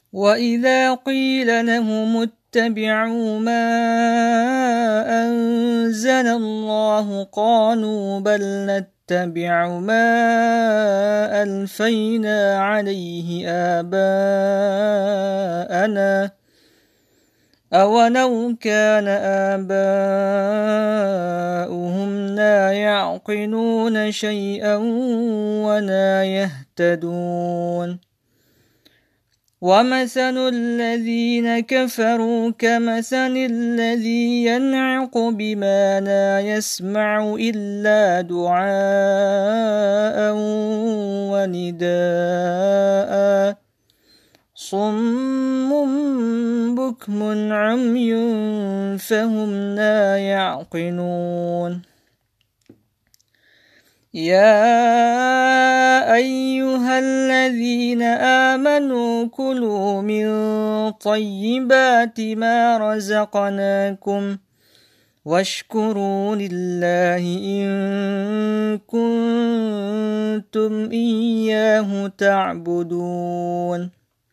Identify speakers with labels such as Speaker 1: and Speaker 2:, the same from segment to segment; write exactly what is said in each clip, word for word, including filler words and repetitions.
Speaker 1: وإذا قيل لهم اتبعوا ما أنزل الله قالوا بل نتبع ما ألفينا عليه آباءنا أولو كان آباؤهم لا يعقلون شيئا ولا يهتدون ومثل الذين كفروا كمثل الذي ينعق بما لا يسمع إلا دعاء ونداء صم بكم عمي فهم لا يعقلون يا أيها الذين آمنوا كلوا من طيبات ما رزقناكم واشكروا لله إن كنتم إياه تعبدون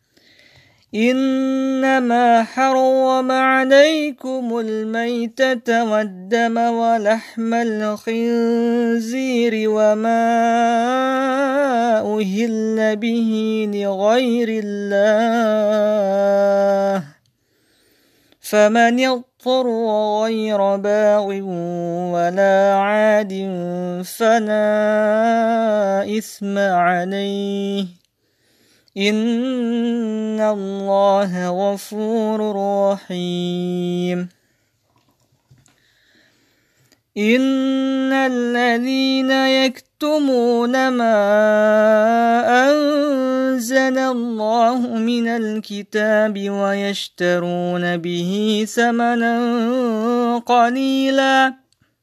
Speaker 1: إنما حرم عليكم الميتة والدم ولحم الخنزير وما أهل به لغير الله فمن اضطر غير باغ ولا عاد فلا إثم عليه إن الله غفور رحيم إن الذين يكتمون ما أنزل الله من الكتاب ويشترون به ثمنا قليلا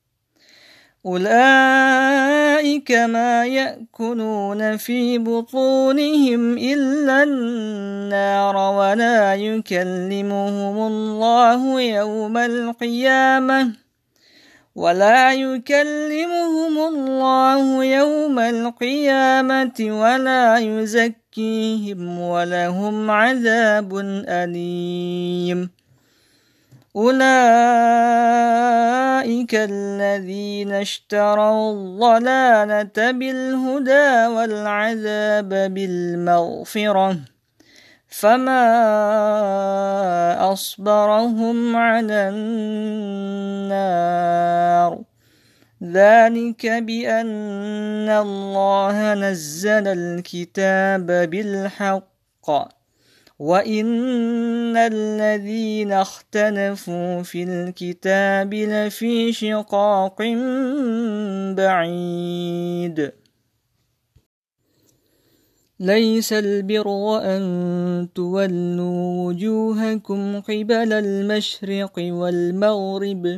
Speaker 1: أولئك ما يأكلون في بطونهم إلا النار ولا يكلمهم الله يوم القيامة ولا يكلمهم الله يوم القيامة ولا يزكيهم ولهم عذاب أليم أولئك الذين اشتروا الضلالة بالهدى والعذاب بالمغفرة فما أصبرهم على النار ذلك بأن الله نزل الكتاب بالحق وإن الذين اختلفوا في الكتاب لفي شقاق بعيد ليس البر أن تولوا وجوهكم قبل المشرق والمغرب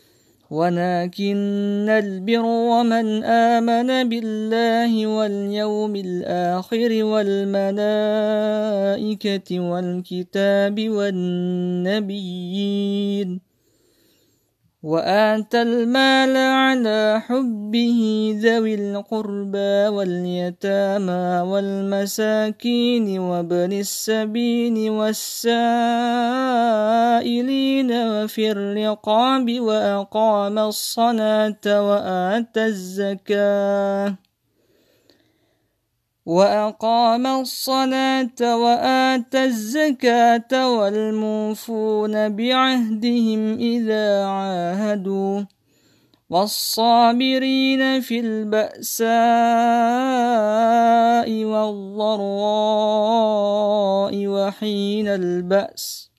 Speaker 1: ولكن البر من آمن بالله واليوم الآخر والملائكة والكتاب والنبيين وآتى المال على حبه ذوي القربى واليتامى والمساكين وابن السبيل والسائلين وفي الرقاب وأقام الصلاة وآتى الزكاة وأقام الصلاة وآتى الزكاة والموفون بعهدهم إذا عاهدوا والصابرين في البأساء والضراء وحين البأس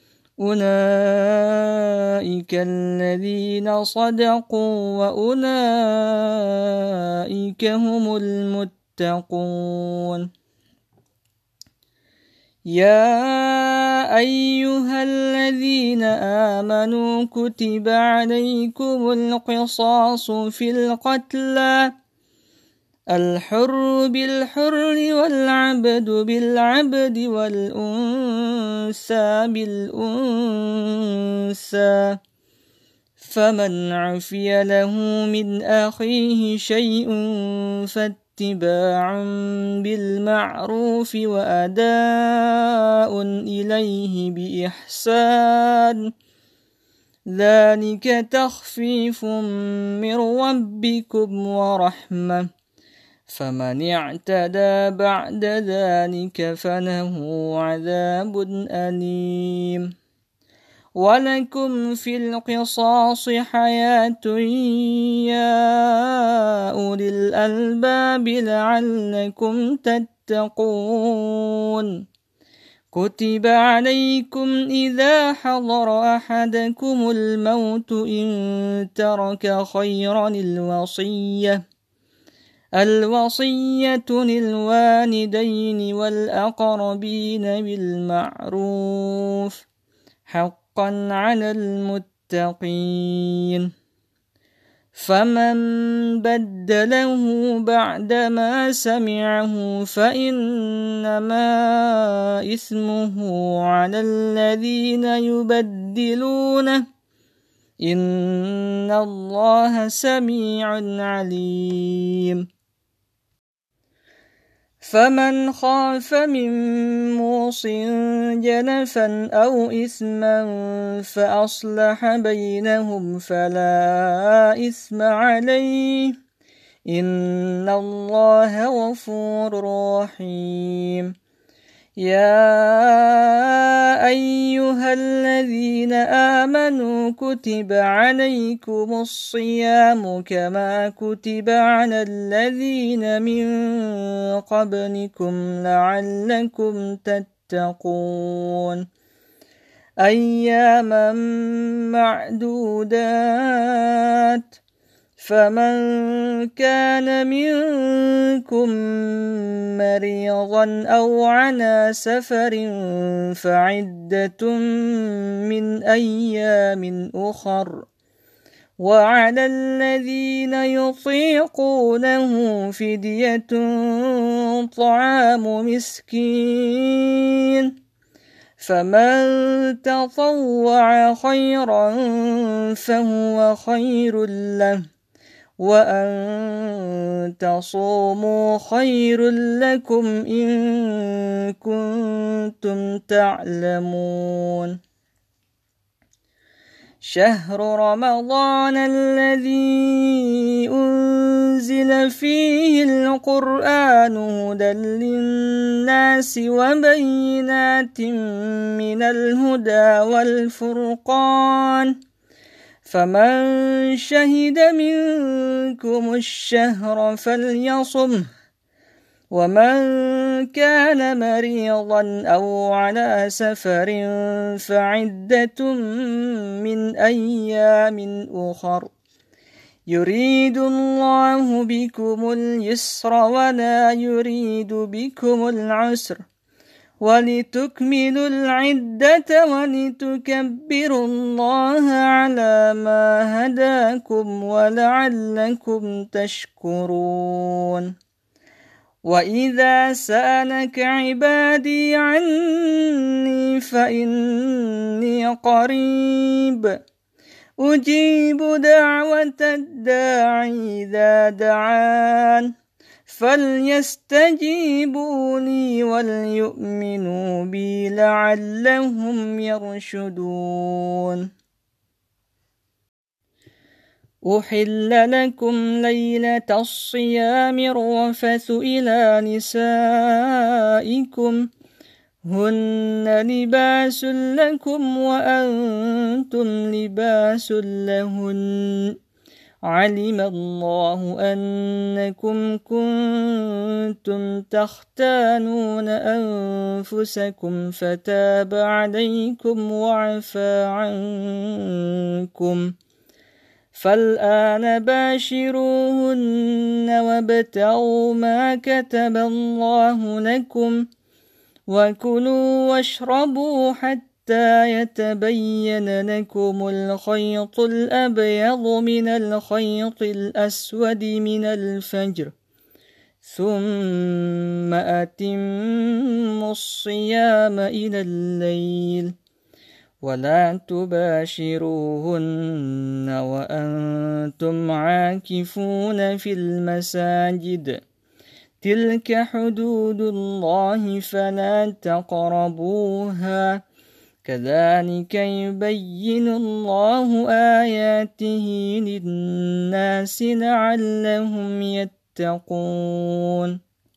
Speaker 1: أولئك الذين صدقوا وأولئك هم المتقون تقول يا أيها الذين آمنوا كتب عليكم القصاص في القتلى الحر بالحر والعبد بالعبد والأنثى بالأنثى فمن عفي له من أخيه شيء فاتبع اتباع بالمعروف وأداء إليه بإحسان ذلك تخفيف من ربكم ورحمة فمن اعتدى بعد ذلك فله عذاب أليم ولكم في القصاص حياة يا أولي الألباب لعلكم تتقون كتب عليكم إذا حضر أحدكم الموت إن ترك خيرا الوصية الوصية للوالدين والأقربين بالمعروف حقا على المتقين فمن بدله بعدما سمعه فإنما إثمه على الذين يبدلونه إن الله سميع عليم فمن خاف من موص جنفا أو إثما فأصلح بينهم فلا إثم عليه إن الله غفور رحيم يا أيها الذين آمنوا كتب عليكم الصيام كما كتب على الذين من قبلكم لعلكم تتقون أياما معدودات فمن كان منكم مريضا أو على سفر فعدة من أيام أخر وعلى الذين يطيقونه فدية طعام مسكين فمن تطوع خيرا فهو خير له وأن تصوموا خير لكم إن كنتم تعلمون شهر رمضان الذي أنزل فيه القرآن هدى للناس وبينات من الهدى والفرقان فمن شهد منكم الشهر فليصمه ومن كان مريضا أو على سفر فعدة من أيام أخر يريد الله بكم اليسر ولا يريد بكم العسر ولتكملوا العدة ولتكبروا الله على ما هداكم ولعلكم تشكرون وإذا سألك عبادي عني فإني قريب أجيب دعوة الداعي إذا دعان فليستجيبوا لي وليؤمنوا بي لعلهم يرشدون أحل لكم ليلة الصيام الرفث إلى نسائكم هن لباس لكم وأنتم لباس لهن علم الله أنكم كنتم تختانون أنفسكم فتاب عليكم وعفى عنكم فالآن باشروهن وابتغوا ما كتب الله لكم وكلوا واشربوا حتى يتبين لكم الخيط الأبيض من الخيط الأسود من الفجر ثم أتموا الصيام إلى الليل ولا تباشروهن وأنتم عاكفون في المساجد تلك حدود الله فلا تقربوها كذلك يبين الله آياته للناس لعلهم يتقون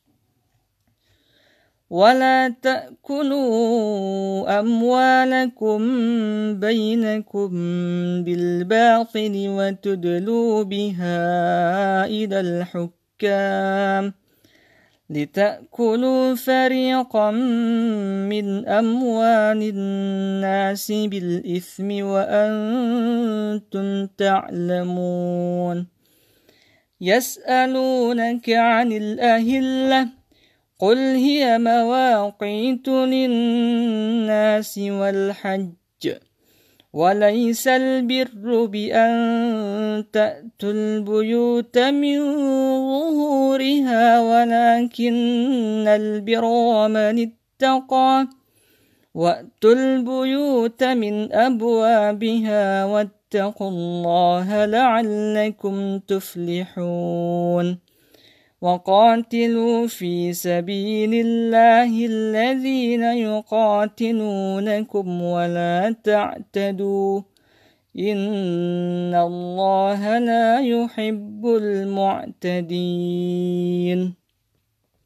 Speaker 1: ولا تأكلوا أموالكم بينكم بالباطل وتدلوا بها إلى الحكام لتأكلوا فريقا من أموال الناس بالإثم وأنتم تعلمون يسألونك عن الأهلة قل هي مواقيت للناس والحج وليس البر بأن تأتوا البيوت من ظهورها ولكن البر من اتقى وأتوا البيوت من أبوابها واتقوا الله لعلكم تفلحون وقاتلوا في سبيل الله الذين يقاتلونكم ولا تعتدوا إن الله لا يحب المعتدين